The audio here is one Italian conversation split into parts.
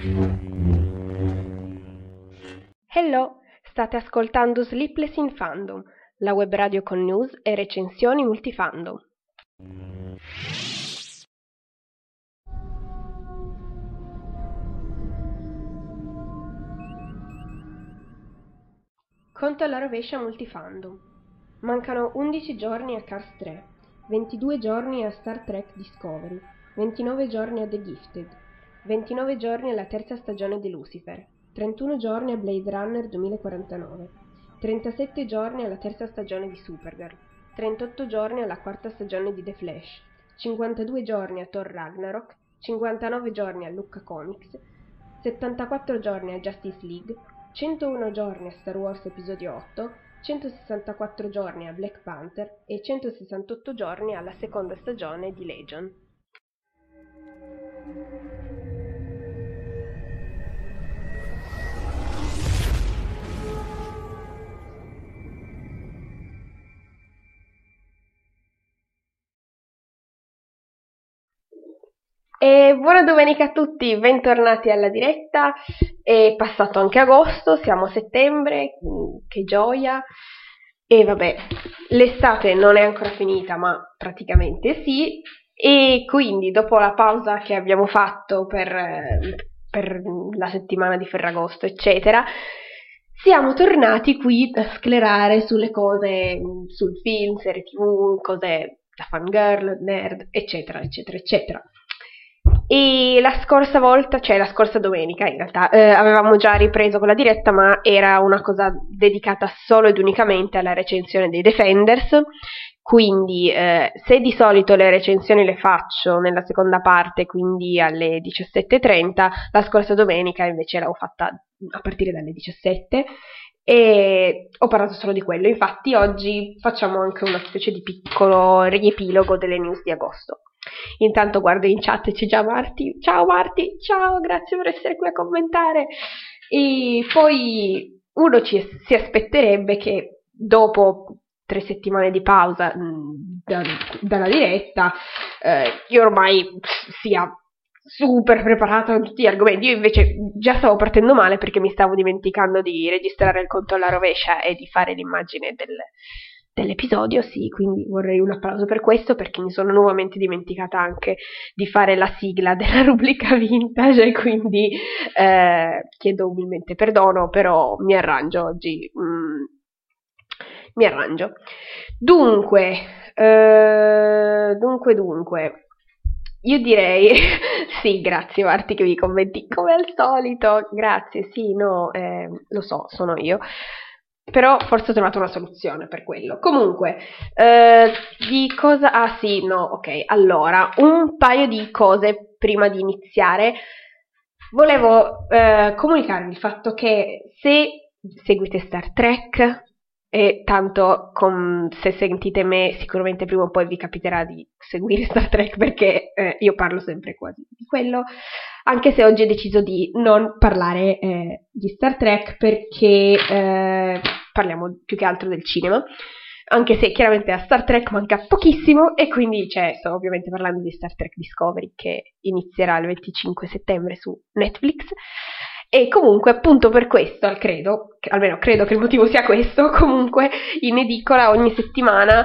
Hello, state ascoltando Sleepless in Fandom, la web radio con news e recensioni multifandom. Conto alla rovescia multifandom. Mancano 11 giorni a Cars 3, 22 giorni a Star Trek Discovery, 29 giorni a The Gifted, 29 giorni alla terza stagione di Lucifer, 31 giorni a Blade Runner 2049, 37 giorni alla terza stagione di Supergirl, 38 giorni alla quarta stagione di The Flash, 52 giorni a Thor Ragnarok, 59 giorni a Lucca Comics, 74 giorni a Justice League, 101 giorni a Star Wars Episodio 8, 164 giorni a Black Panther e 168 giorni alla seconda stagione di Legion. E buona domenica a tutti, bentornati alla diretta. È passato anche agosto, siamo a settembre, che gioia. E vabbè, l'estate non è ancora finita, ma praticamente sì. E quindi dopo la pausa che abbiamo fatto per la settimana di Ferragosto, eccetera, siamo tornati qui a sclerare sulle cose, sul film, serie TV, cose da fangirl, nerd, eccetera, eccetera, eccetera. E la scorsa volta, cioè la scorsa domenica in realtà, avevamo già ripreso con la diretta, ma era una cosa dedicata solo ed unicamente alla recensione dei Defenders. Quindi se di solito le recensioni le faccio nella seconda parte, quindi alle 17:30, la scorsa domenica invece l'avevo fatta a partire dalle 17 e ho parlato solo di quello. Infatti oggi facciamo anche una specie di piccolo riepilogo delle news di agosto. Intanto guardo in chat e c'è già Marti. Ciao Marti, ciao, grazie per essere qui a commentare. E poi uno si aspetterebbe che dopo 3 settimane di pausa dalla diretta io ormai sia super preparata con tutti gli argomenti. Io invece già stavo partendo male perché mi stavo dimenticando di registrare il conto alla rovescia e di fare l'immagine dell'episodio, sì, quindi vorrei un applauso per questo, perché mi sono nuovamente dimenticata anche di fare la sigla della rubrica vintage e quindi chiedo umilmente perdono, però mi arrangio oggi, mi arrangio. Dunque, io direi, sì, grazie Marti che mi commenti come al solito, grazie, sì, no, lo so, sono io. Però forse ho trovato una soluzione per quello. Comunque, di cosa... Ah sì, no, ok. Allora, un paio di cose prima di iniziare. Volevo comunicarvi il fatto che se seguite Star Trek, e tanto se sentite me sicuramente prima o poi vi capiterà di seguire Star Trek, perché io parlo sempre quasi di quello, anche se oggi ho deciso di non parlare di Star Trek perché parliamo più che altro del cinema, anche se chiaramente a Star Trek manca pochissimo e quindi sto ovviamente parlando di Star Trek Discovery, che inizierà il 25 settembre su Netflix. E comunque appunto per questo, almeno credo che il motivo sia questo, comunque in edicola ogni settimana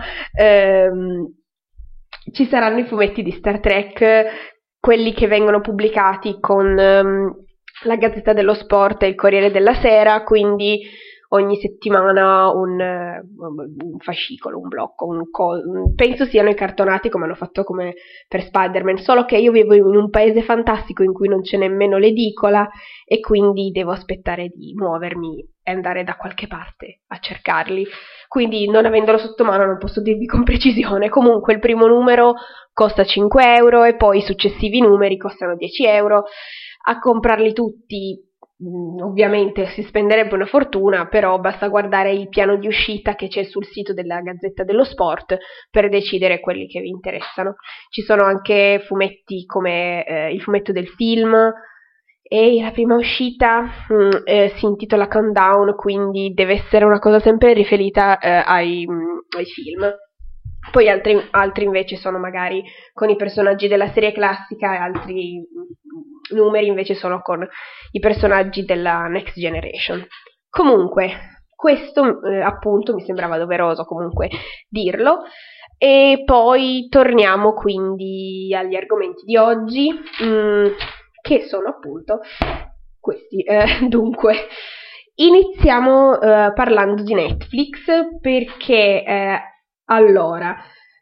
ci saranno i fumetti di Star Trek, quelli che vengono pubblicati con la Gazzetta dello Sport e il Corriere della Sera, quindi ogni settimana un fascicolo, un blocco, penso siano i cartonati come hanno fatto come per Spider-Man, solo che io vivo in un paese fantastico in cui non c'è nemmeno l'edicola e quindi devo aspettare di muovermi e andare da qualche parte a cercarli, quindi non avendolo sotto mano non posso dirvi con precisione. Comunque il primo numero costa 5 euro e poi i successivi numeri costano 10 euro. A comprarli tutti ovviamente si spenderebbe una fortuna, però basta guardare il piano di uscita che c'è sul sito della Gazzetta dello Sport per decidere quelli che vi interessano. Ci sono anche fumetti come il fumetto del film, e la prima uscita si intitola Countdown, quindi deve essere una cosa sempre riferita ai film. Poi altri invece sono magari con i personaggi della serie classica e altri numeri invece sono con i personaggi della Next Generation. Comunque, questo appunto mi sembrava doveroso comunque dirlo. E poi torniamo quindi agli argomenti di oggi, che sono appunto questi. Dunque, iniziamo parlando di Netflix perché allora,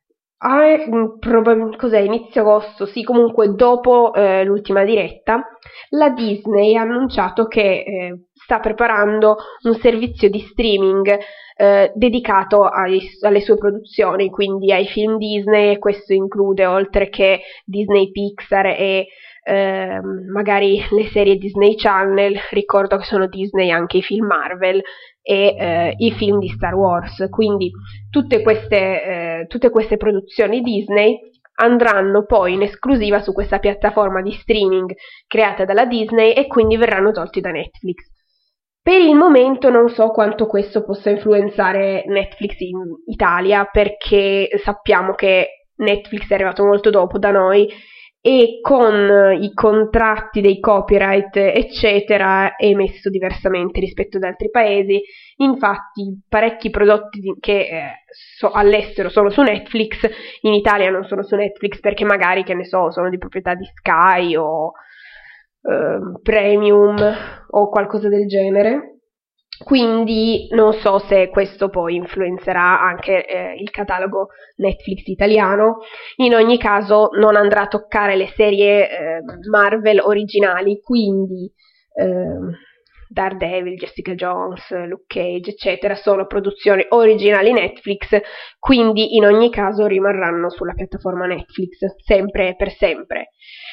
cos'è? Inizio agosto, sì, comunque dopo l'ultima diretta, la Disney ha annunciato che sta preparando un servizio di streaming dedicato alle sue produzioni, quindi ai film Disney, e questo include oltre che Disney Pixar e magari le serie Disney Channel, ricordo che sono Disney anche i film Marvel e i film di Star Wars, quindi tutte queste produzioni Disney andranno poi in esclusiva su questa piattaforma di streaming creata dalla Disney e quindi verranno tolti da Netflix. Per il momento non so quanto questo possa influenzare Netflix in Italia, perché sappiamo che Netflix è arrivato molto dopo da noi e con i contratti dei copyright eccetera è messo diversamente rispetto ad altri paesi. Infatti parecchi prodotti che all'estero sono su Netflix, in Italia non sono su Netflix perché magari, che ne so, sono di proprietà di Sky o Premium o qualcosa del genere. Quindi non so se questo poi influenzerà anche il catalogo Netflix italiano. In ogni caso non andrà a toccare le serie Marvel originali, quindi Daredevil, Jessica Jones, Luke Cage, eccetera, sono produzioni originali Netflix, quindi in ogni caso rimarranno sulla piattaforma Netflix, sempre e per sempre.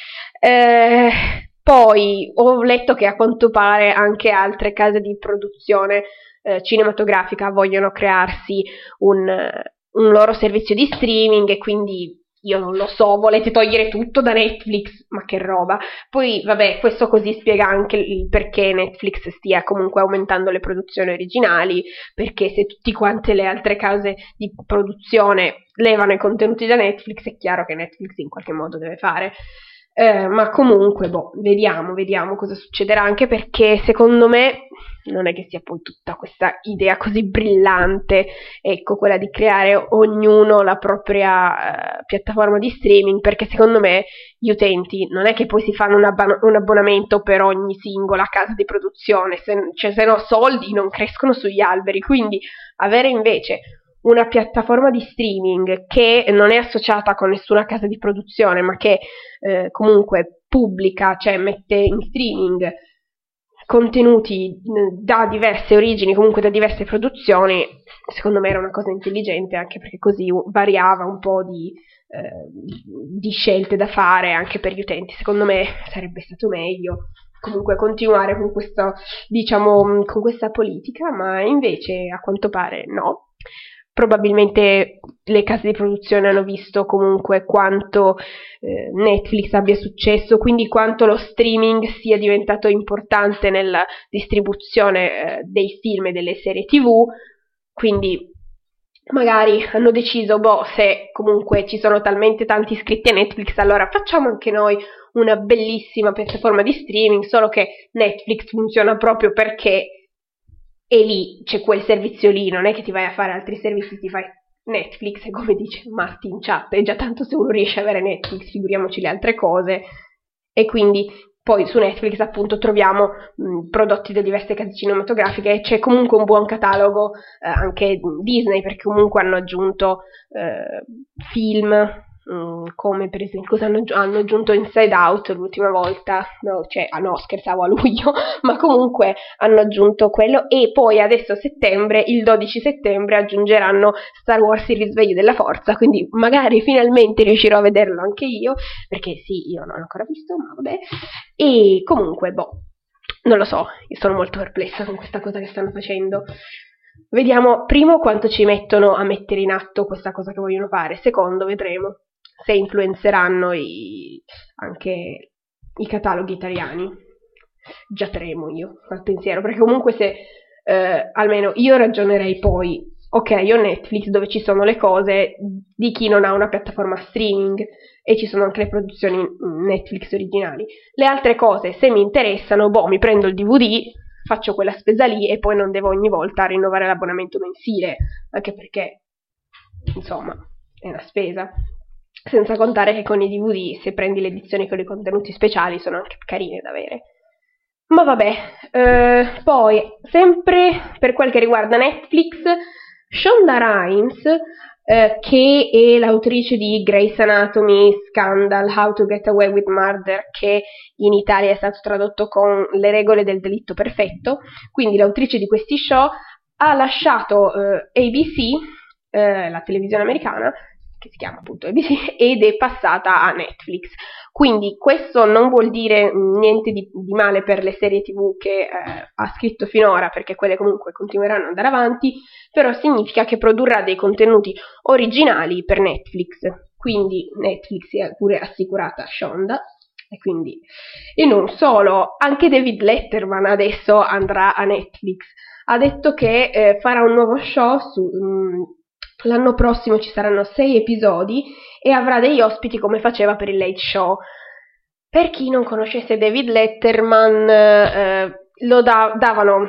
Poi ho letto che a quanto pare anche altre case di produzione cinematografica vogliono crearsi un loro servizio di streaming e quindi io non lo so, volete togliere tutto da Netflix? Ma che roba! Poi vabbè, questo così spiega anche il perché Netflix stia comunque aumentando le produzioni originali, perché se tutte quante le altre case di produzione levano i contenuti da Netflix è chiaro che Netflix in qualche modo deve fare. Ma comunque, vediamo cosa succederà, anche perché secondo me non è che sia poi tutta questa idea così brillante, ecco, quella di creare ognuno la propria piattaforma di streaming, perché secondo me gli utenti non è che poi si fanno un abbonamento per ogni singola casa di produzione, se no soldi non crescono sugli alberi, quindi avere invece una piattaforma di streaming che non è associata con nessuna casa di produzione, ma che comunque pubblica, cioè mette in streaming contenuti da diverse origini, comunque da diverse produzioni, secondo me era una cosa intelligente, anche perché così variava un po' di scelte da fare anche per gli utenti. Secondo me sarebbe stato meglio comunque continuare con questo, diciamo, con questa politica, ma invece a quanto pare no. Probabilmente le case di produzione hanno visto comunque quanto Netflix abbia successo, quindi quanto lo streaming sia diventato importante nella distribuzione dei film e delle serie TV, quindi magari hanno deciso, se comunque ci sono talmente tanti iscritti a Netflix, allora facciamo anche noi una bellissima piattaforma di streaming, solo che Netflix funziona proprio perché e lì c'è quel servizio lì, non è che ti vai a fare altri servizi, ti fai Netflix, e come dice Marti in chat, è già tanto se uno riesce ad avere Netflix, figuriamoci le altre cose, e quindi poi su Netflix appunto troviamo prodotti da diverse case cinematografiche e c'è comunque un buon catalogo anche Disney, perché comunque hanno aggiunto film come per esempio cosa hanno aggiunto Inside Out l'ultima volta, no, scherzavo, a luglio, ma comunque hanno aggiunto quello, e poi adesso a settembre, il 12 settembre, aggiungeranno Star Wars il risveglio della forza, quindi magari finalmente riuscirò a vederlo anche io, perché sì, io non l'ho ancora visto, ma vabbè, e comunque, non lo so, io sono molto perplessa con questa cosa che stanno facendo. Vediamo primo quanto ci mettono a mettere in atto questa cosa che vogliono fare, secondo vedremo se influenzeranno anche i cataloghi italiani. Già tremo io al pensiero, perché comunque se almeno io ragionerei poi, ok, ho Netflix dove ci sono le cose di chi non ha una piattaforma streaming e ci sono anche le produzioni Netflix originali. Le altre cose, se mi interessano, mi prendo il DVD, faccio quella spesa lì e poi non devo ogni volta rinnovare l'abbonamento mensile, anche perché, insomma, è una spesa. Senza contare che con i DVD, se prendi le edizioni con i contenuti speciali, sono anche carine da avere. Ma vabbè, poi, sempre per quel che riguarda Netflix, Shonda Rhimes, che è l'autrice di Grey's Anatomy, Scandal, How to Get Away with Murder, che in Italia è stato tradotto con Le regole del delitto perfetto, quindi l'autrice di questi show, ha lasciato ABC, la televisione americana, che si chiama appunto ABC, ed è passata a Netflix. Quindi questo non vuol dire niente di male per le serie TV che ha scritto finora, perché quelle comunque continueranno ad andare avanti, però significa che produrrà dei contenuti originali per Netflix. Quindi Netflix è pure assicurata a Shonda, e non solo, anche David Letterman adesso andrà a Netflix. Ha detto che farà un nuovo show l'anno prossimo, ci saranno 6 episodi e avrà degli ospiti come faceva per il Late Show. Per chi non conoscesse David Letterman, davano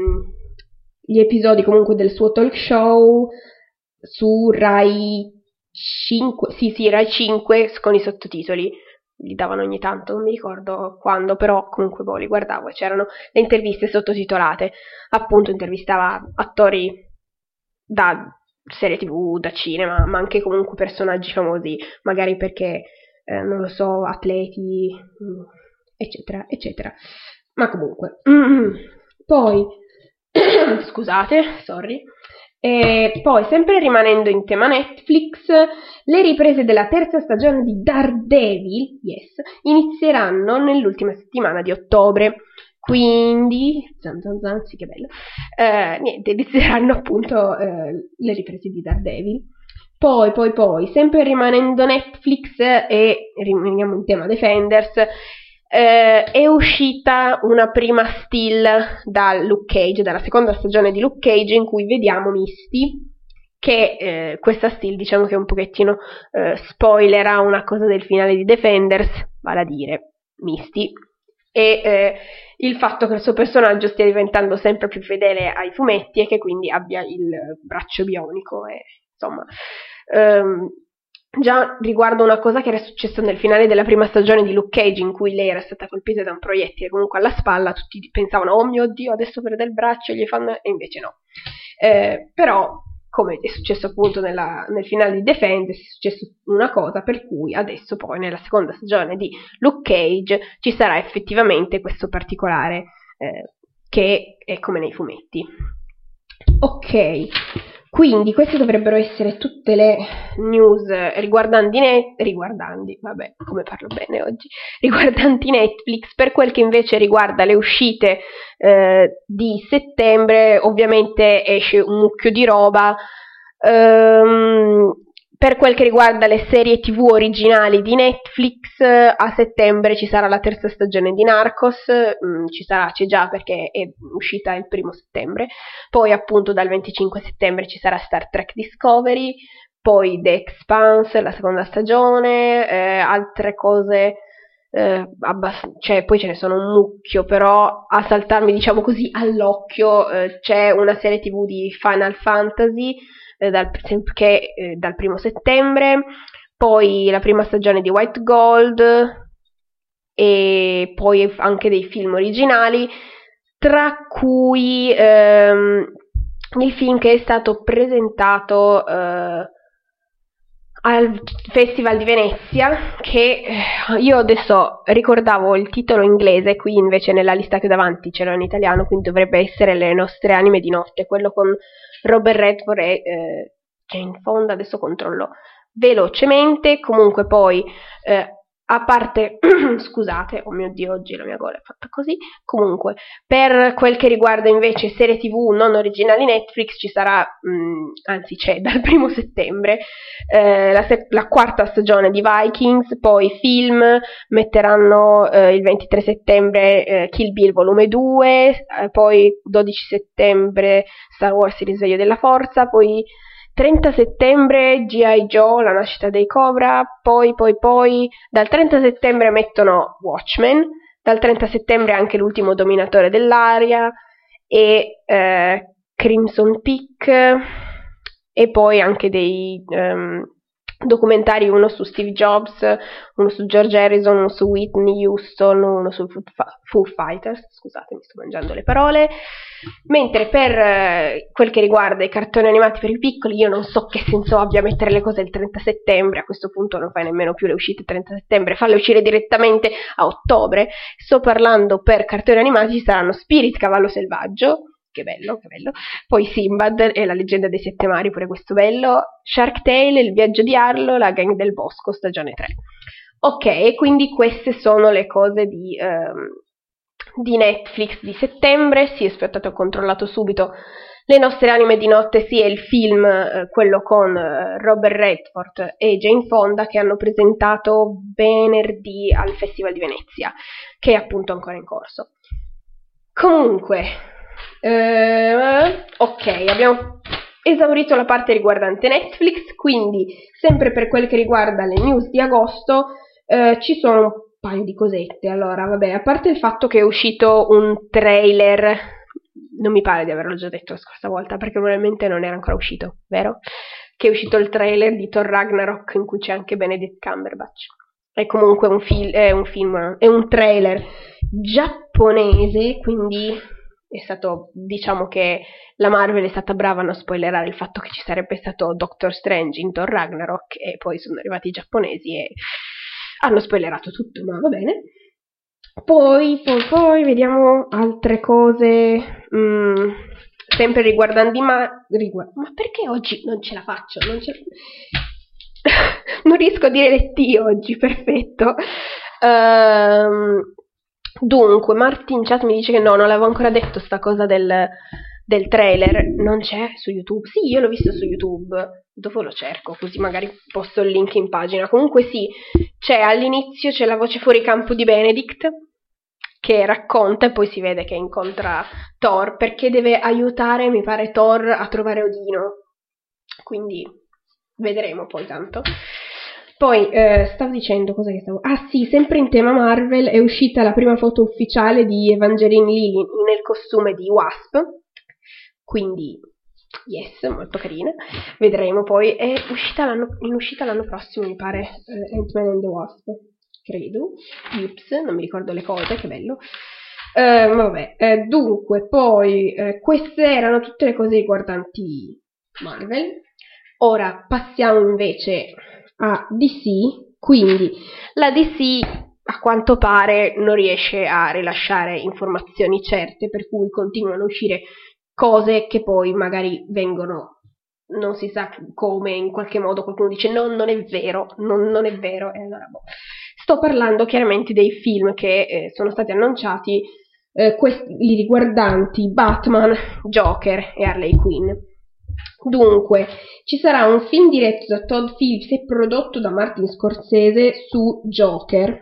gli episodi comunque del suo talk show su Rai 5, sì, Rai 5 con i sottotitoli. Li davano ogni tanto, non mi ricordo quando, però comunque li guardavo e c'erano le interviste sottotitolate. Appunto intervistava attori da serie TV, da cinema, ma anche comunque personaggi famosi, magari perché, non lo so, atleti, eccetera, eccetera. Ma comunque. Poi, scusate, sorry. E poi, sempre rimanendo in tema Netflix, le riprese della terza stagione di Daredevil, yes, inizieranno nell'ultima settimana di ottobre. Quindi, sì che bello, niente, inizieranno appunto le riprese di Daredevil. Poi, sempre rimanendo Netflix e rimaniamo in tema Defenders, è uscita una prima still da Luke Cage, dalla seconda stagione di Luke Cage, in cui vediamo Misty, che questa still diciamo che un pochettino spoilerà una cosa del finale di Defenders, vale a dire Misty, e il fatto che il suo personaggio stia diventando sempre più fedele ai fumetti e che quindi abbia il braccio bionico e insomma già riguardo una cosa che era successa nel finale della prima stagione di Luke Cage, in cui lei era stata colpita da un proiettile comunque alla spalla, tutti pensavano oh mio Dio adesso perde il braccio, gli fanno, e invece no, però come è successo appunto nel finale di Defenders, è successo una cosa per cui adesso poi nella seconda stagione di Luke Cage ci sarà effettivamente questo particolare che è come nei fumetti. Ok, quindi queste dovrebbero essere tutte le news riguardanti Netflix. Per quel che invece riguarda le uscite di settembre, ovviamente esce un mucchio di roba. Per quel che riguarda le serie TV originali di Netflix, a settembre ci sarà la terza stagione di Narcos, c'è già perché è uscita il 1° settembre, poi appunto dal 25 settembre ci sarà Star Trek Discovery, poi The Expanse, la seconda stagione, altre cose, poi ce ne sono un mucchio, però a saltarmi diciamo così all'occhio c'è una serie TV di Final Fantasy, dal 1° settembre, poi la prima stagione di White Gold e poi anche dei film originali, tra cui il film che è stato presentato al Festival di Venezia, che io adesso ricordavo il titolo inglese, qui invece nella lista che ho davanti c'era in italiano, quindi dovrebbe essere Le nostre anime di notte, quello con Robert Redford e Jane Fonda, adesso controllo velocemente. Comunque poi a parte, scusate, oh mio Dio, oggi la mia gola è fatta così. Comunque, per quel che riguarda invece serie TV non originali Netflix, ci sarà, anzi c'è dal 1° settembre, la 4ª stagione di Vikings, poi film, metteranno il 23 settembre Kill Bill volume 2, poi 12 settembre Star Wars il risveglio della forza, poi 30 settembre G.I. Joe, la nascita dei Cobra, poi dal 30 settembre mettono Watchmen, dal 30 settembre anche l'ultimo dominatore dell'aria e Crimson Peak e poi anche dei documentari, uno su Steve Jobs, uno su George Harrison, uno su Whitney Houston, uno su Foo Fighters, scusate mi sto mangiando le parole, mentre per quel che riguarda i cartoni animati per i piccoli io non so che senso abbia mettere le cose il 30 settembre, a questo punto non fai nemmeno più le uscite il 30 settembre, falle uscire direttamente a ottobre. Sto parlando per cartoni animati, ci saranno Spirit, Cavallo Selvaggio, che bello, poi Sinbad e la leggenda dei 7 mari, pure questo bello, Shark Tale, il viaggio di Arlo, la gang del bosco, stagione 3. Ok, quindi queste sono le cose di Netflix di settembre. Sì, aspettate, ho controllato subito Le nostre anime di notte, sì, è il film, quello con Robert Redford e Jane Fonda, che hanno presentato venerdì al Festival di Venezia, che è appunto ancora in corso. Comunque, ok, abbiamo esaurito la parte riguardante Netflix, quindi sempre per quel che riguarda le news di agosto ci sono un paio di cosette. Allora, vabbè, a parte il fatto che è uscito un trailer, non mi pare di averlo già detto la scorsa volta perché probabilmente non era ancora uscito, vero? Che è uscito il trailer di Thor Ragnarok in cui c'è anche Benedict Cumberbatch. È comunque è un trailer giapponese, quindi è stato, diciamo che la Marvel è stata brava a non spoilerare il fatto che ci sarebbe stato Doctor Strange in Thor Ragnarok, e poi sono arrivati i giapponesi e hanno spoilerato tutto, ma va bene. Poi vediamo altre cose, sempre riguardanti, ma perché oggi non ce la faccio? Non riesco a dire le T oggi, perfetto. Dunque, Martin Chat mi dice che no, non l'avevo ancora detto sta cosa del trailer. Non c'è su YouTube? Sì, io l'ho visto su YouTube. Dopo lo cerco, così magari posto il link in pagina. Comunque sì, all'inizio c'è la voce fuori campo di Benedict che racconta e poi si vede che incontra Thor perché deve aiutare, mi pare, Thor a trovare Odino. Quindi vedremo poi tanto. Poi stavo dicendo cosa che stavo. Ah sì, sempre in tema Marvel è uscita la prima foto ufficiale di Evangeline Lilly nel costume di Wasp. Quindi yes, molto carina. Vedremo poi. È in uscita l'anno prossimo, mi pare, Ant-Man and the Wasp. Credo. Ups, non mi ricordo le cose, che bello. Vabbè, dunque, poi queste erano tutte le cose riguardanti Marvel. Ora passiamo invece a DC, quindi la DC a quanto pare non riesce a rilasciare informazioni certe, per cui continuano a uscire cose che poi magari vengono, non si sa come, in qualche modo qualcuno dice no, non è vero, non è vero, e allora boh. Sto parlando chiaramente dei film che sono stati annunciati, quelli riguardanti Batman, Joker e Harley Quinn. Dunque, ci sarà un film diretto da Todd Phillips e prodotto da Martin Scorsese su Joker.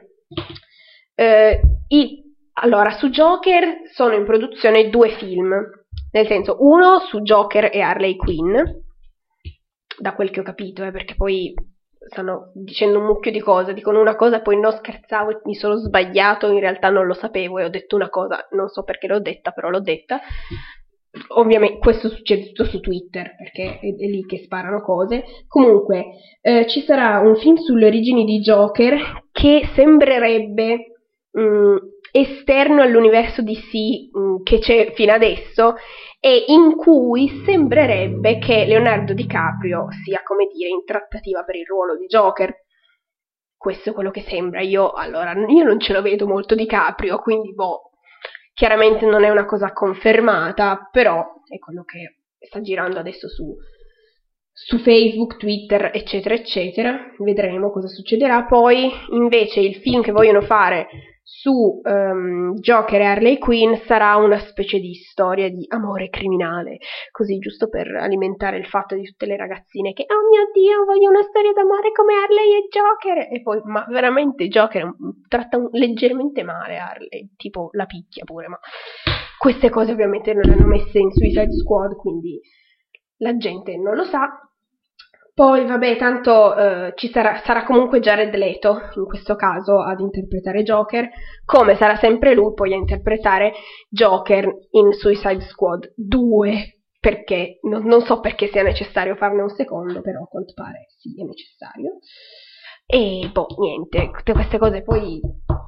Allora, su Joker sono in produzione 2 film, nel senso, uno su Joker e Harley Quinn, da quel che ho capito, perché poi stanno dicendo un mucchio di cose, dicono una cosa, poi no, scherzavo e mi sono sbagliato, in realtà non lo sapevo e ho detto una cosa, non so perché l'ho detta, però l'ho detta. Ovviamente questo succede tutto su Twitter, perché è lì che sparano cose. Comunque ci sarà un film sulle origini di Joker che sembrerebbe esterno all'universo DC che c'è fino adesso, e in cui sembrerebbe che Leonardo DiCaprio sia, come dire, in trattativa per il ruolo di Joker. Questo è quello che sembra. Io non ce lo vedo molto DiCaprio, quindi boh, chiaramente non è una cosa confermata, però è quello che sta girando adesso su Facebook, Twitter, eccetera, eccetera. Vedremo cosa succederà. Poi, invece, il film che vogliono fare su Joker e Harley Quinn sarà una specie di storia di amore criminale, così giusto per alimentare il fatto di tutte le ragazzine che oh mio Dio, voglio una storia d'amore come Harley e Joker, e poi ma veramente Joker tratta leggermente male Harley, tipo la picchia pure, ma queste cose ovviamente non le hanno messe in Suicide Squad, quindi la gente non lo sa. Poi, vabbè, tanto sarà comunque Jared Leto, in questo caso, ad interpretare Joker, come sarà sempre lui poi a interpretare Joker in Suicide Squad 2, perché non so perché sia necessario farne un secondo, però a quanto pare sì, è necessario. E boh, niente, tutte queste cose poi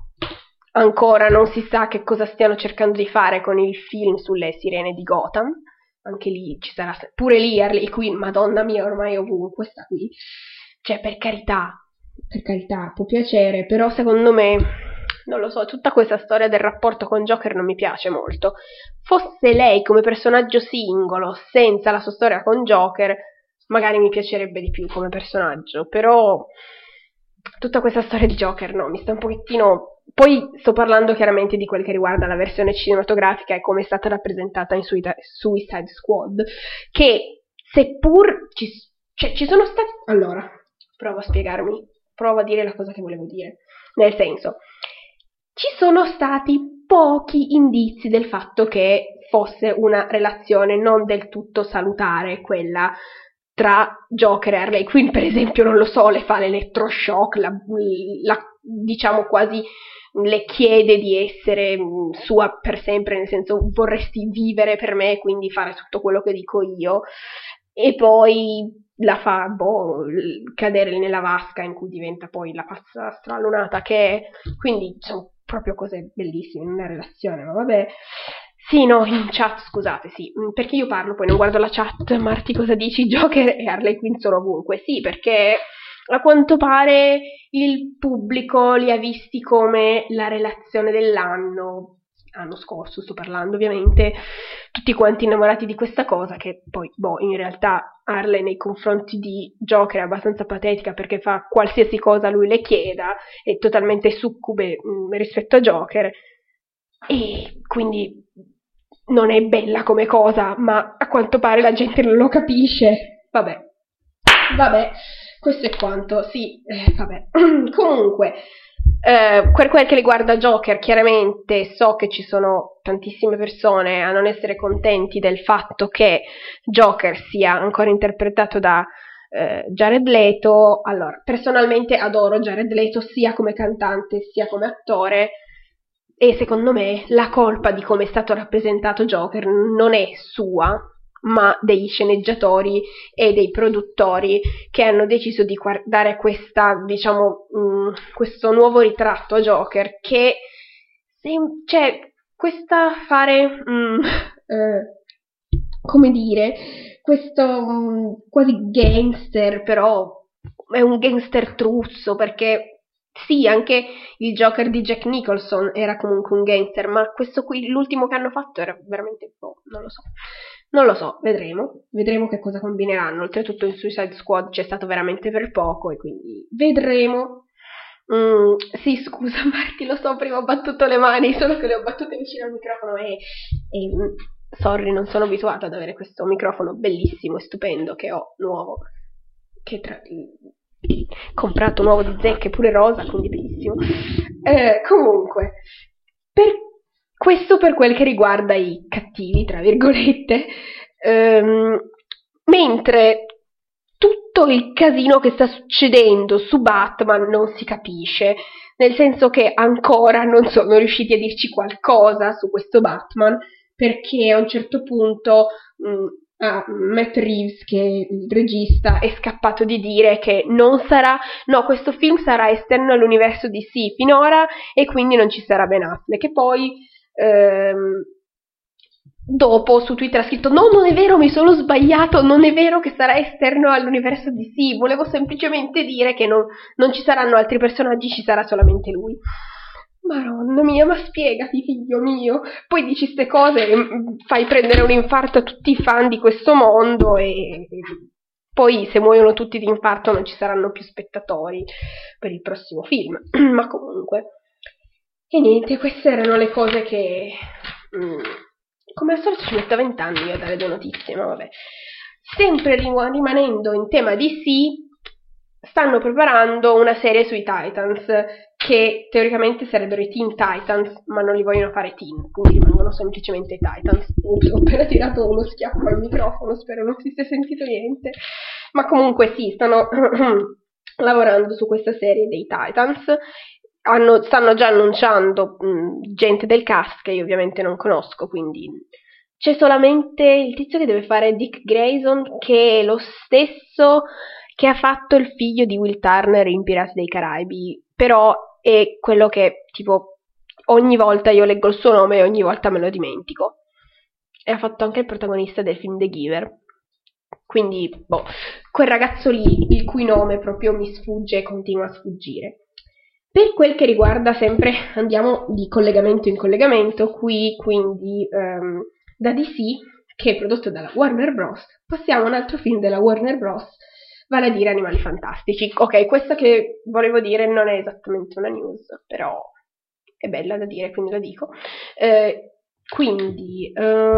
ancora non si sa che cosa stiano cercando di fare con il film sulle sirene di Gotham. Anche lì ci sarà, pure lì Harley Quinn, madonna mia, ormai ovunque sta qui, cioè per carità, può piacere, però secondo me, non lo so, tutta questa storia del rapporto con Joker non mi piace molto. Fosse lei come personaggio singolo, senza la sua storia con Joker, magari mi piacerebbe di più come personaggio, però tutta questa storia di Joker no, mi sta un pochettino. Poi sto parlando chiaramente di quel che riguarda la versione cinematografica e come è stata rappresentata in Suicide Squad, che seppur ci sono stati. Allora, provo a spiegarmi, provo a dire la cosa che volevo dire. Nel senso, ci sono stati pochi indizi del fatto che fosse una relazione non del tutto salutare quella tra Joker e Harley Quinn, per esempio, non lo so, le fa l'elettroshock, diciamo quasi le chiede di essere sua per sempre, nel senso vorresti vivere per me, quindi fare tutto quello che dico io, e poi la fa cadere nella vasca in cui diventa poi la pazza stralunata che è, quindi sono proprio cose bellissime in una relazione, ma vabbè. Sì, no, in chat, scusate, sì, perché io parlo, poi non guardo la chat. Marti, cosa dici? Joker e Harley Quinn sono ovunque. Sì, perché a quanto pare il pubblico li ha visti come la relazione dell'anno scorso, sto parlando ovviamente, tutti quanti innamorati di questa cosa, che poi, in realtà Harley nei confronti di Joker è abbastanza patetica perché fa qualsiasi cosa lui le chieda, è totalmente succube rispetto a Joker, e quindi non è bella come cosa, ma a quanto pare la gente non lo capisce. Vabbè, questo è quanto, sì, vabbè. Comunque, per quel che riguarda Joker, chiaramente so che ci sono tantissime persone a non essere contenti del fatto che Joker sia ancora interpretato da Jared Leto. Allora, personalmente adoro Jared Leto sia come cantante sia come attore, e secondo me la colpa di come è stato rappresentato Joker non è sua, ma degli sceneggiatori e dei produttori che hanno deciso di dare questa, diciamo, questo nuovo ritratto a Joker che, cioè, questa fare, come dire, questo quasi gangster, però è un gangster truzzo, perché sì, anche il Joker di Jack Nicholson era comunque un gangster, ma questo qui, l'ultimo che hanno fatto, era veramente, non lo so, vedremo che cosa combineranno. Oltretutto in Suicide Squad c'è stato veramente per poco, e quindi vedremo. Sì, scusa Marti, lo so, prima ho battuto le mani, solo che le ho battute vicino al microfono e sorry, non sono abituata ad avere questo microfono bellissimo e stupendo che ho, nuovo, che comprato nuovo di zecche, pure rosa, quindi bellissimo. Comunque, questo per quel che riguarda i cattivi, tra virgolette, mentre tutto il casino che sta succedendo su Batman non si capisce, nel senso che ancora non sono riusciti a dirci qualcosa su questo Batman, perché a un certo punto Matt Reeves, che è il regista, è scappato di dire che questo film sarà esterno all'universo DC finora e quindi non ci sarà Ben Affleck, che poi dopo su Twitter ha scritto no, non è vero, mi sono sbagliato, non è vero che sarà esterno all'universo DC, volevo semplicemente dire che non ci saranno altri personaggi, ci sarà solamente lui. Madonna mia, ma spiegati, figlio mio. Poi dici ste cose e fai prendere un infarto a tutti i fan di questo mondo, e poi se muoiono tutti di infarto non ci saranno più spettatori per il prossimo film, ma comunque. E niente, queste erano le cose che... come al solito ci metto 20 anni a dare 2 notizie, ma vabbè. Sempre rimanendo in tema DC, stanno preparando una serie sui Titans, che teoricamente sarebbero i Teen Titans, ma non li vogliono fare teen, quindi rimangono semplicemente i Titans. Ho appena tirato uno schiaffo al microfono, spero non si sia sentito niente. Ma comunque sì, stanno lavorando su questa serie dei Titans. Stanno già annunciando gente del cast che io ovviamente non conosco, quindi c'è solamente il tizio che deve fare Dick Grayson, che è lo stesso che ha fatto il figlio di Will Turner in Pirati dei Caraibi, però è quello che tipo ogni volta io leggo il suo nome e ogni volta me lo dimentico. E ha fatto anche il protagonista del film The Giver. Quindi, quel ragazzo lì, il cui nome proprio mi sfugge e continua a sfuggire. Per quel che riguarda sempre, andiamo di collegamento in collegamento, qui quindi da DC, che è prodotto dalla Warner Bros., passiamo a un altro film della Warner Bros., vale a dire Animali Fantastici. Ok, questa che volevo dire non è esattamente una news, però è bella da dire, quindi la dico. Quindi,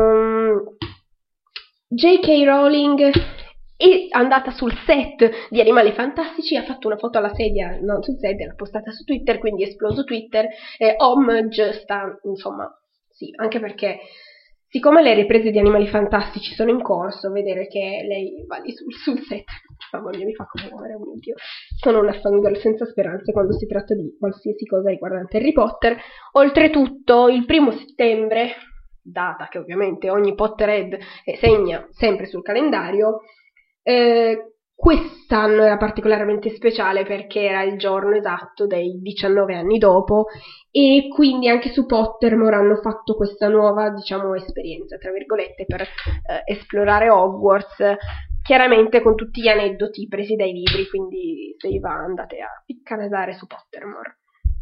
J.K. Rowling è andata sul set di Animali Fantastici, ha fatto una foto alla sedia, non sul set, l'ha postata su Twitter, quindi è esploso Twitter, Homage sta, insomma, sì, anche perché siccome le riprese di Animali Fantastici sono in corso, vedere che lei va lì sul set, mamma mia, mi fa commuovere un video. Sono una fangirl senza speranze quando si tratta di qualsiasi cosa riguardante Harry Potter. Oltretutto, il 1° settembre, data che ovviamente ogni Potterhead segna sempre sul calendario, quest'anno era particolarmente speciale perché era il giorno esatto dei 19 anni dopo, e quindi anche su Pottermore hanno fatto questa nuova, diciamo, esperienza, tra virgolette, per esplorare Hogwarts, chiaramente con tutti gli aneddoti presi dai libri, quindi se vi va andate a piccanasare su Pottermore.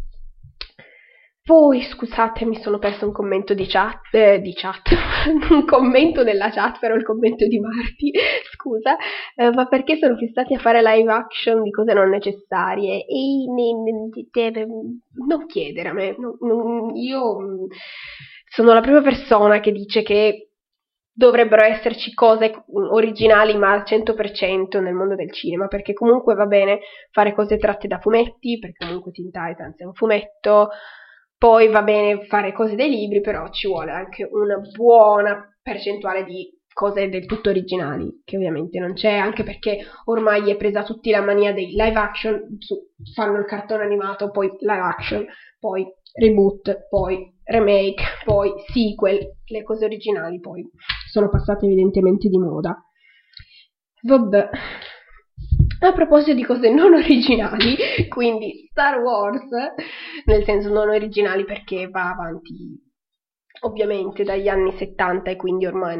Poi, scusate, mi sono perso un commento di chat, un commento nella chat, però il commento di Marti, scusa, ma perché sono fissati a fare live action di cose non necessarie? E non chiedere a me, io sono la prima persona che dice che dovrebbero esserci cose originali ma al 100% nel mondo del cinema, perché comunque va bene fare cose tratte da fumetti, perché comunque Teen Titans è un fumetto. Poi va bene fare cose dai libri, però ci vuole anche una buona percentuale di cose del tutto originali, che ovviamente non c'è, anche perché ormai è presa tutti la mania dei live action, fanno il cartone animato, poi live action, poi reboot, poi remake, poi sequel, le cose originali poi sono passate evidentemente di moda. Vabbè. A proposito di cose non originali, quindi Star Wars, nel senso non originali perché va avanti ovviamente dagli anni 70 e quindi ormai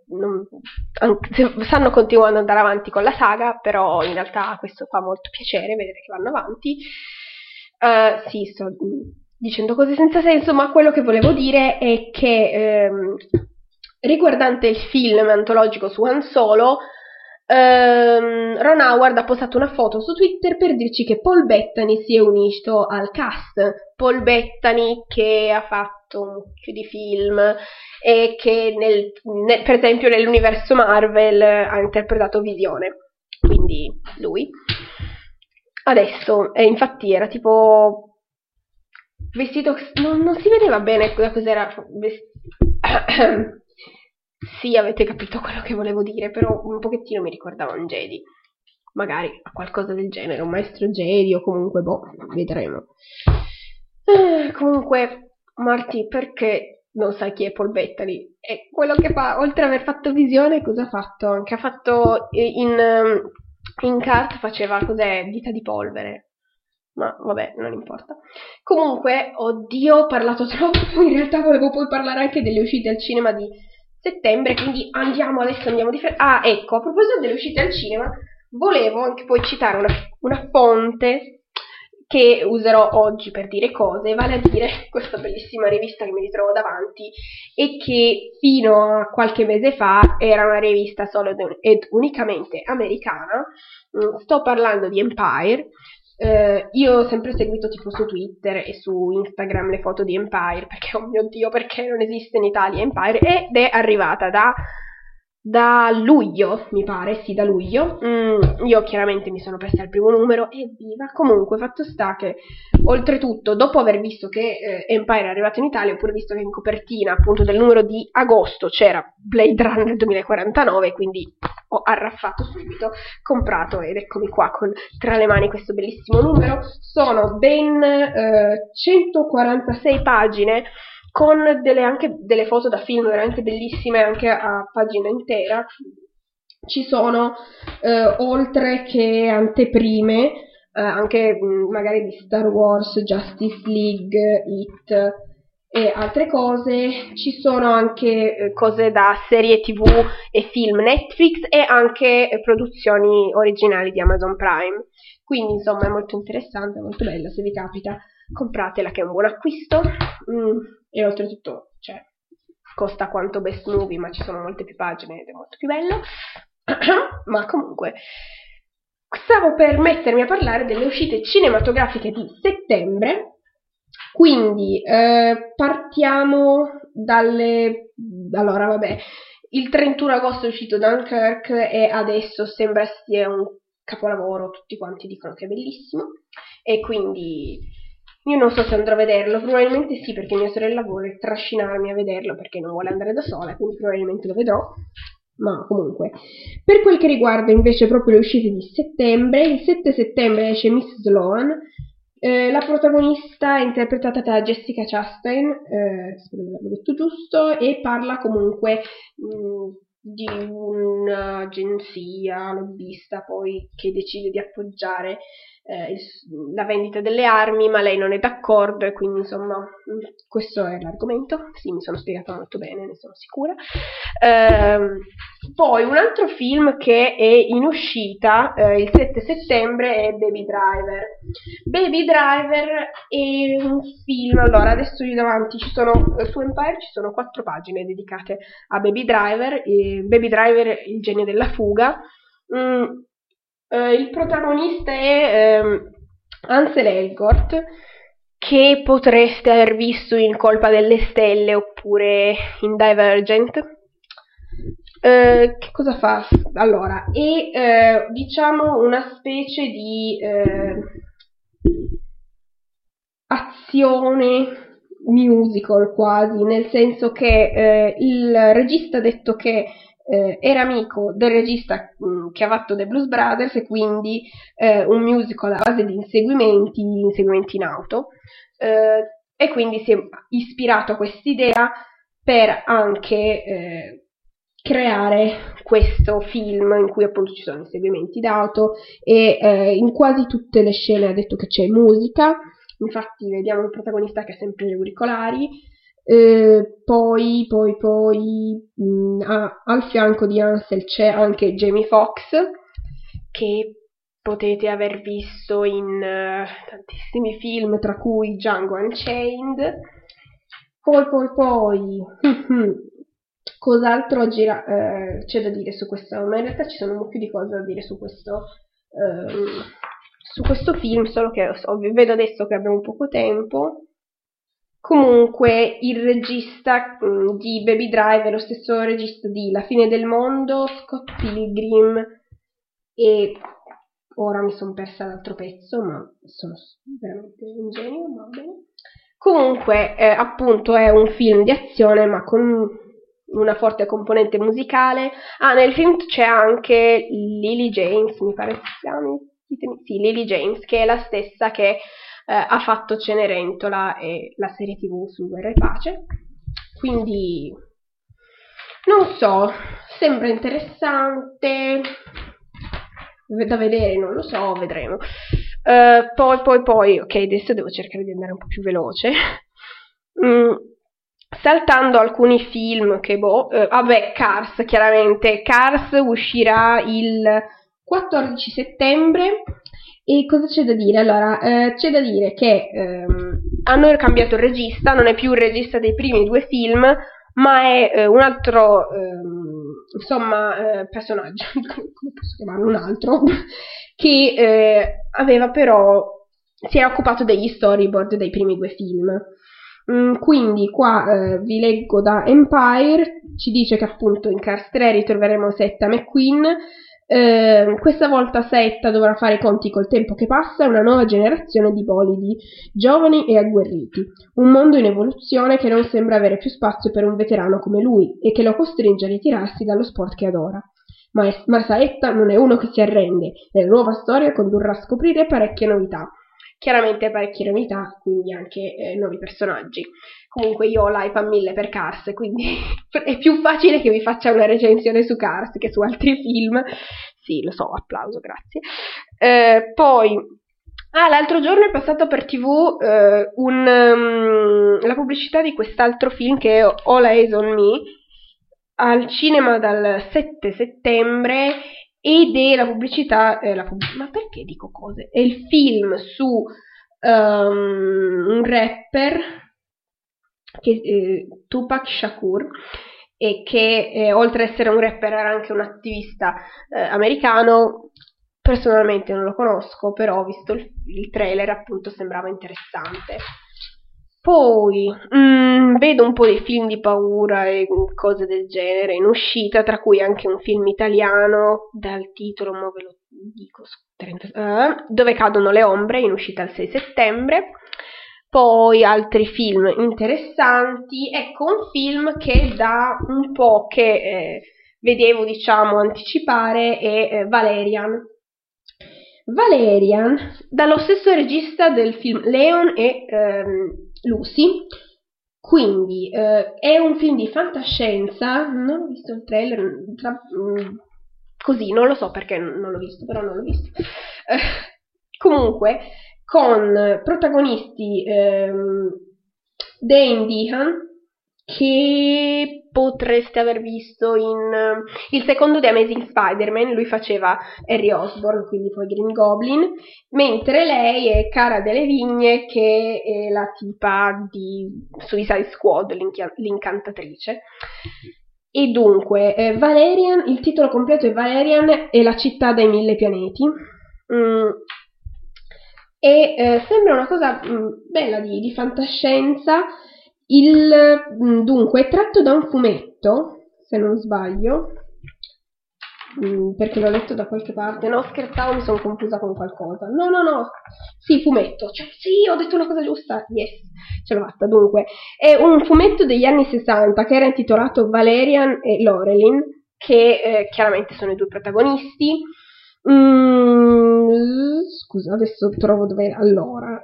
stanno continuando ad andare avanti con la saga, però in realtà questo fa molto piacere vedere che vanno avanti. Sì, sto dicendo cose senza senso, ma quello che volevo dire è che riguardante il film antologico su Han Solo, Ron Howard ha postato una foto su Twitter per dirci che Paul Bettany si è unito al cast. Paul Bettany che ha fatto un mucchio di film e che per esempio nell'universo Marvel ha interpretato Visione, quindi lui adesso, infatti era tipo vestito, non si vedeva bene da cos'era sì, avete capito quello che volevo dire, però un pochettino mi ricordava un Jedi. Magari a qualcosa del genere, un maestro Jedi o comunque, vedremo. Comunque, Marti, perché non sai chi è Paul Bettany? È quello che fa, oltre ad aver fatto Visione, cosa ha fatto? Anche ha fatto in Cart faceva, cos'è? Vita di polvere. Ma vabbè, non importa. Comunque, oddio, ho parlato troppo, in realtà volevo poi parlare anche delle uscite al cinema di settembre, quindi andiamo di fretta. Ah, ecco, a proposito delle uscite al cinema, volevo anche poi citare una fonte che userò oggi per dire cose, vale a dire questa bellissima rivista che mi ritrovo davanti e che fino a qualche mese fa era una rivista solo ed unicamente americana. Sto parlando di Empire. Io ho sempre seguito tipo su Twitter e su Instagram le foto di Empire, perché oh mio Dio, perché non esiste in Italia Empire, ed è arrivata da luglio, mi pare, sì, da luglio. Io chiaramente mi sono persa il primo numero, evviva. Comunque, fatto sta che, oltretutto, dopo aver visto che Empire è arrivato in Italia, ho pure visto che in copertina, appunto, del numero di agosto c'era Blade Runner 2049, quindi ho arraffato subito, comprato, ed eccomi qua con tra le mani questo bellissimo numero. Sono ben 146 pagine, con anche delle foto da film veramente bellissime, anche a pagina intera. Ci sono oltre che anteprime, anche magari di Star Wars, Justice League, It e altre cose. Ci sono anche cose da serie TV e film Netflix e anche produzioni originali di Amazon Prime. Quindi insomma è molto interessante, molto bella. Se vi capita, compratela, che è un buon acquisto. E oltretutto, cioè, costa quanto Best Movie, ma ci sono molte più pagine ed è molto più bello. Ma comunque, stavo per mettermi a parlare delle uscite cinematografiche di settembre. Quindi partiamo dalle... Allora, vabbè, il 31 agosto è uscito Dunkirk e adesso sembra sia un capolavoro, tutti quanti dicono che è bellissimo, e quindi io non so se andrò a vederlo, probabilmente sì, perché mia sorella vuole trascinarmi a vederlo perché non vuole andare da sola, quindi probabilmente lo vedrò. Ma comunque, per quel che riguarda invece proprio le uscite di settembre, il 7 settembre esce Miss Sloan. La protagonista è interpretata da Jessica Chastain, spero di averlo detto giusto, e parla comunque di un'agenzia lobbista poi che decide di appoggiare la vendita delle armi, ma lei non è d'accordo, e quindi insomma questo è l'argomento. Sì, mi sono spiegata molto bene, ne sono sicura. Poi un altro film che è in uscita il 7 settembre è Baby Driver. Baby Driver è un film, allora adesso io davanti su Empire ci sono 4 pagine dedicate a Baby Driver, Baby Driver, il genio della fuga. Il protagonista è Ansel Elgort, che potreste aver visto in Colpa delle Stelle oppure in Divergent. Che cosa fa? Allora, è diciamo una specie di azione musical quasi, nel senso che il regista ha detto che era amico del regista che ha fatto The Blues Brothers, e quindi un musical a base di inseguimenti in auto, e quindi si è ispirato a quest'idea per anche creare questo film in cui appunto ci sono inseguimenti d'auto e in quasi tutte le scene ha detto che c'è musica. Infatti vediamo il protagonista che ha sempre gli auricolari. Poi al fianco di Ansel c'è anche Jamie Foxx, che potete aver visto in tantissimi film, tra cui Django Unchained. Poi cos'altro c'è da dire su questo? Ma in realtà ci sono un po' più di cose da dire su questo film, solo che vedo adesso che abbiamo poco tempo. Comunque il regista di Baby Driver è lo stesso regista di La fine del mondo, Scott Pilgrim, e ora mi sono persa l'altro pezzo, ma sono veramente un genio, va bene. Comunque appunto è un film di azione ma con una forte componente musicale. Nel film c'è anche Lily James, mi pare si chiami, sì, Lily James, che è la stessa che ha fatto Cenerentola e la serie TV su Guerra e Pace. Quindi non so, sembra interessante da vedere, non lo so, vedremo. Poi, ok, adesso devo cercare di andare un po' più veloce. Saltando alcuni film che Cars, chiaramente. Cars uscirà il 14 settembre E cosa c'è da dire? Allora, c'è da dire che hanno cambiato il regista, non è più il regista dei primi due film, ma è un altro, personaggio, come posso chiamarlo, un altro, che aveva però, si è occupato degli storyboard dei primi due film. Quindi qua vi leggo da Empire, ci dice che appunto in Cars 3 ritroveremo Setta McQueen. Questa volta Setta dovrà fare i conti col tempo che passa e una nuova generazione di bolidi, giovani e agguerriti. Un mondo in evoluzione che non sembra avere più spazio per un veterano come lui e che lo costringe a ritirarsi dallo sport che adora. Ma Setta non è uno che si arrende e la nuova storia condurrà a scoprire parecchie novità. Chiaramente parecchie novità, quindi anche nuovi personaggi. Comunque io ho l'hype a 1000 per Cars, quindi è più facile che vi faccia una recensione su Cars che su altri film. Sì, lo so, applauso, grazie. Poi, l'altro giorno è passato per TV la pubblicità di quest'altro film che è All Eyes on Me, al cinema dal 7 settembre, ed è la pubblicità, ma perché dico cose? È il film su un rapper, Tupac Shakur, e che oltre ad essere un rapper era anche un attivista americano. Personalmente non lo conosco, però ho visto il trailer, appunto sembrava interessante. Poi vedo un po' di film di paura e cose del genere in uscita, tra cui anche un film italiano dal titolo, mo ve lo dico, Dove cadono le ombre, in uscita il 6 settembre. Poi altri film interessanti, ecco un film che da un po' che vedevo, diciamo, anticipare è Valerian. Valerian, dallo stesso regista del film Leon e Lucy, quindi è un film di fantascienza, non ho visto il trailer, così, non lo so perché non l'ho visto, però non l'ho visto. Comunque, con protagonisti Dane Dehan, che potreste aver visto in il secondo The Amazing Spider-Man, lui faceva Harry Osborn, quindi poi Green Goblin, mentre lei è Cara Delevingne, che è la tipa di Suicide Squad, l'incantatrice. E dunque, Valerian, il titolo completo è Valerian e la città dai 1000 pianeti. Sembra una cosa bella di fantascienza. Dunque, è tratto da un fumetto, se non sbaglio, perché l'ho letto da qualche parte. No, scherzavo, mi sono confusa con qualcosa. No, sì, fumetto, cioè, sì, ho detto una cosa giusta, yes, ce l'ho fatta. Dunque, è un fumetto degli anni 60 che era intitolato Valerian e Laurelin, che chiaramente sono i due protagonisti. Scusa, adesso trovo dove. Allora,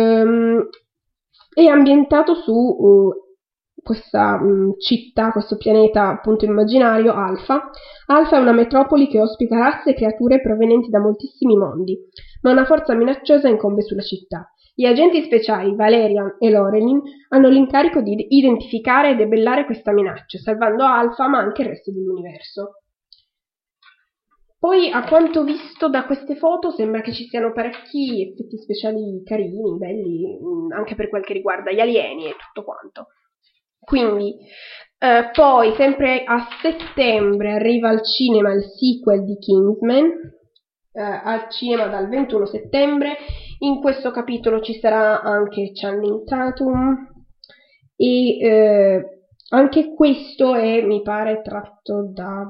è ambientato su questa città, questo pianeta appunto immaginario, Alpha. Alpha è una metropoli che ospita razze e creature provenienti da moltissimi mondi, ma una forza minacciosa incombe sulla città. Gli agenti speciali Valerian e Laurelin hanno l'incarico di identificare e debellare questa minaccia, salvando Alpha ma anche il resto dell'universo. Poi, a quanto visto da queste foto, sembra che ci siano parecchi effetti speciali carini, belli, anche per quel che riguarda gli alieni e tutto quanto. Quindi, poi, sempre a settembre, arriva al cinema il sequel di Kingsman, al cinema dal 21 settembre. In questo capitolo ci sarà anche Channing Tatum e anche questo è, mi pare, tratto da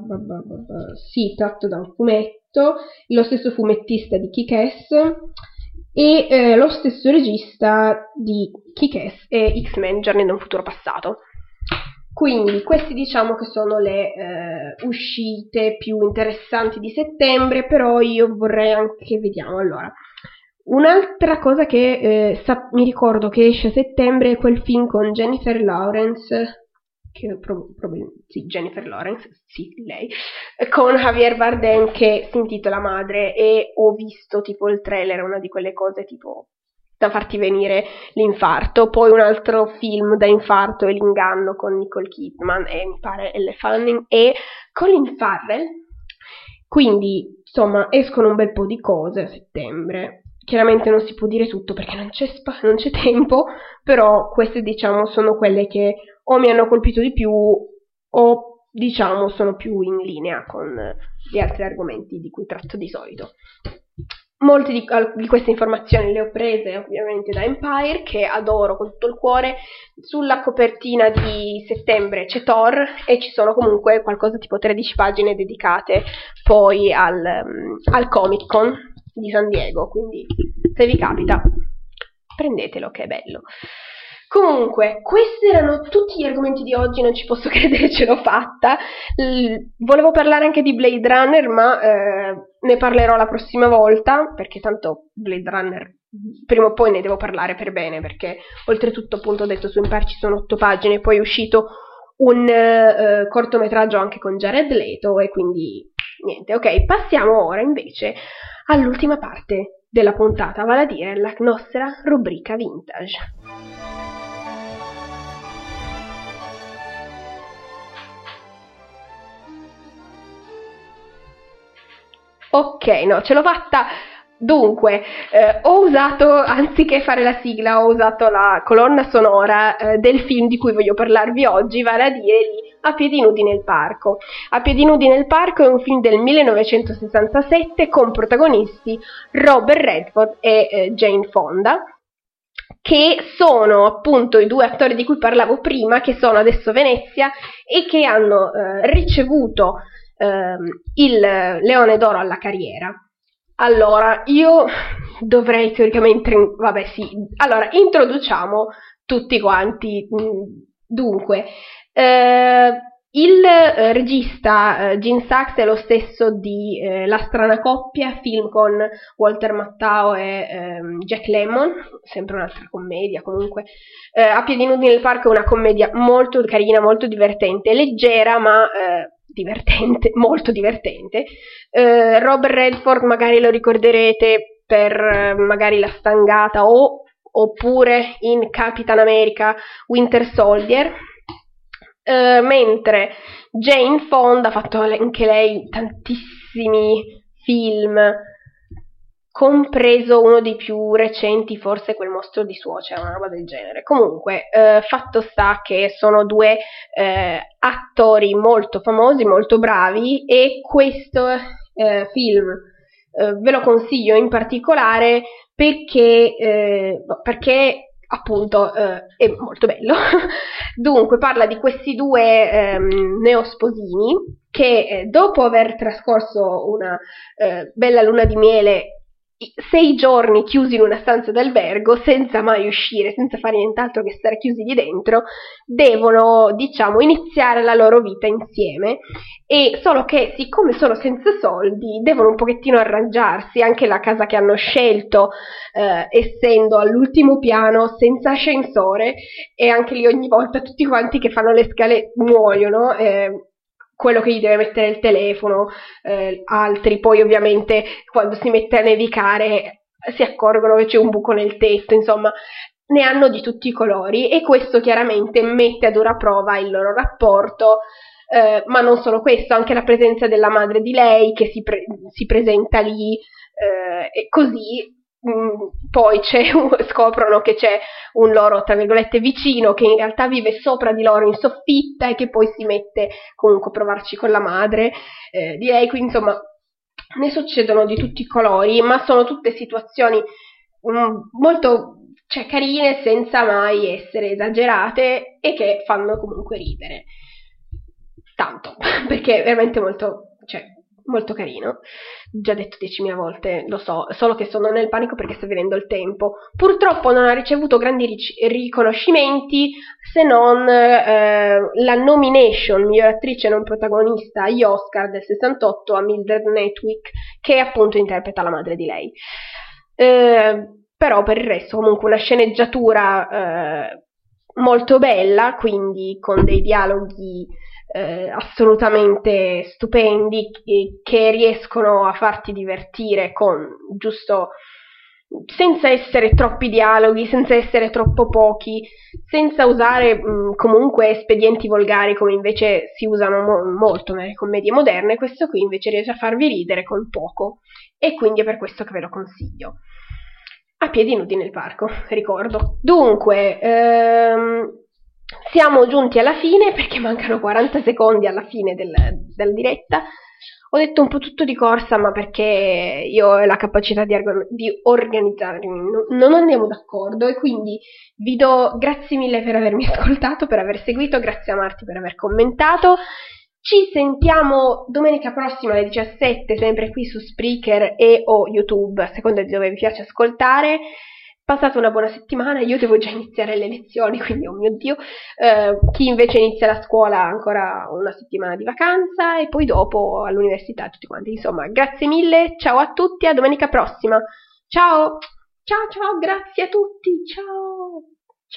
un fumetto, lo stesso fumettista di Kick-Ass e lo stesso regista di Kick-Ass e X-Men Giorni da un futuro passato. Quindi questi diciamo che sono le uscite più interessanti di settembre, però io vorrei anche, vediamo, allora, un'altra cosa che mi ricordo che esce a settembre è quel film con Jennifer Lawrence, sì, Jennifer Lawrence, sì, lei, con Javier Bardem, che si intitola Madre, e ho visto tipo il trailer, una di quelle cose tipo da farti venire l'infarto. Poi un altro film da infarto è L'inganno con Nicole Kidman e mi pare Elle Fanning e Colin Farrell, Quindi, insomma, escono un bel po' di cose a settembre. Chiaramente non si può dire tutto perché non c'è tempo, però queste, diciamo, sono quelle che o mi hanno colpito di più o, diciamo, sono più in linea con gli altri argomenti di cui tratto di solito. Molte di queste informazioni le ho prese ovviamente da Empire, che adoro con tutto il cuore. Sulla copertina di settembre c'è Thor e ci sono comunque qualcosa tipo 13 pagine dedicate poi al Comic Con di San Diego, quindi se vi capita prendetelo, che è bello. Comunque, questi erano tutti gli argomenti di oggi, non ci posso credere ce l'ho fatta. Volevo parlare anche di Blade Runner, ma ne parlerò la prossima volta, perché tanto Blade Runner prima o poi ne devo parlare per bene, perché oltretutto, appunto, ho detto su Empire ci sono 8 pagine, poi è uscito un cortometraggio anche con Jared Leto, e quindi niente. Ok, passiamo ora invece all'ultima parte della puntata, vale a dire la nostra rubrica vintage. Ok, no, ce l'ho fatta. Dunque, ho usato, anziché fare la sigla, ho usato la colonna sonora del film di cui voglio parlarvi oggi, vale a dire A piedi nudi nel parco. A piedi nudi nel parco è un film del 1967 con protagonisti Robert Redford e Jane Fonda, che sono appunto i due attori di cui parlavo prima, che sono adesso a Venezia e che hanno ricevuto il Leone d'Oro alla carriera. Allora, io dovrei teoricamente... Vabbè, sì. Allora, introduciamo tutti quanti. Dunque, il regista Gene Sachs è lo stesso di La strana coppia, film con Walter Matthau e Jack Lemmon, sempre un'altra commedia comunque. A piedi nudi nel parco è una commedia molto carina, molto divertente, leggera ma divertente, molto divertente. Robert Redford magari lo ricorderete per magari La stangata oppure in Capitan America Winter Soldier, mentre Jane Fonda ha fatto anche lei tantissimi film, compreso uno dei più recenti, forse Quel mostro di Suocera, una roba del genere. Comunque, fatto sta che sono due attori molto famosi, molto bravi, e questo film ve lo consiglio in particolare perché appunto è molto bello. Dunque parla di questi due neosposini che dopo aver trascorso una bella luna di miele 6 giorni chiusi in una stanza d'albergo senza mai uscire, senza fare nient'altro che stare chiusi lì dentro, devono, diciamo, iniziare la loro vita insieme, e solo che siccome sono senza soldi devono un pochettino arrangiarsi. Anche la casa che hanno scelto, essendo all'ultimo piano, senza ascensore, e anche lì ogni volta tutti quanti che fanno le scale muoiono, quello che gli deve mettere il telefono, altri poi ovviamente quando si mette a nevicare si accorgono che c'è un buco nel tetto, insomma ne hanno di tutti i colori, e questo chiaramente mette a dura prova il loro rapporto, ma non solo questo, anche la presenza della madre di lei che si presenta lì, e così. Poi scoprono che c'è un loro, tra virgolette, vicino che in realtà vive sopra di loro in soffitta e che poi si mette comunque a provarci con la madre di lei. Quindi insomma ne succedono di tutti i colori, ma sono tutte situazioni molto, cioè, carine, senza mai essere esagerate, e che fanno comunque ridere tanto, perché è veramente molto, cioè, molto carino. Già detto 10.000 volte, lo so, solo che sono nel panico perché sta venendo il tempo. Purtroppo non ha ricevuto grandi riconoscimenti, se non la nomination miglior attrice non protagonista agli Oscar del 68 a Mildred Natwick, che appunto interpreta la madre di lei. Però per il resto comunque una sceneggiatura molto bella, quindi con dei dialoghi assolutamente stupendi che riescono a farti divertire con giusto senza essere troppi dialoghi, senza essere troppo pochi, senza usare comunque espedienti volgari come invece si usano molto nelle commedie moderne. Questo qui invece riesce a farvi ridere con poco, e quindi è per questo che ve lo consiglio. A piedi nudi nel parco, ricordo. Dunque, siamo giunti alla fine perché mancano 40 secondi alla fine della diretta. Ho detto un po' tutto di corsa, ma perché io ho la capacità di organizzarmi, non andiamo d'accordo, e quindi vi do grazie mille per avermi ascoltato, per aver seguito, grazie a Marti per aver commentato. Ci sentiamo domenica prossima alle 17, sempre qui su Spreaker e o YouTube, a seconda di dove vi piace ascoltare. Passate una buona settimana, io devo già iniziare le lezioni, quindi oh mio Dio, chi invece inizia la scuola ha ancora una settimana di vacanza, e poi dopo all'università tutti quanti. Insomma, grazie mille, ciao a tutti, a domenica prossima. Ciao, ciao, ciao, grazie a tutti.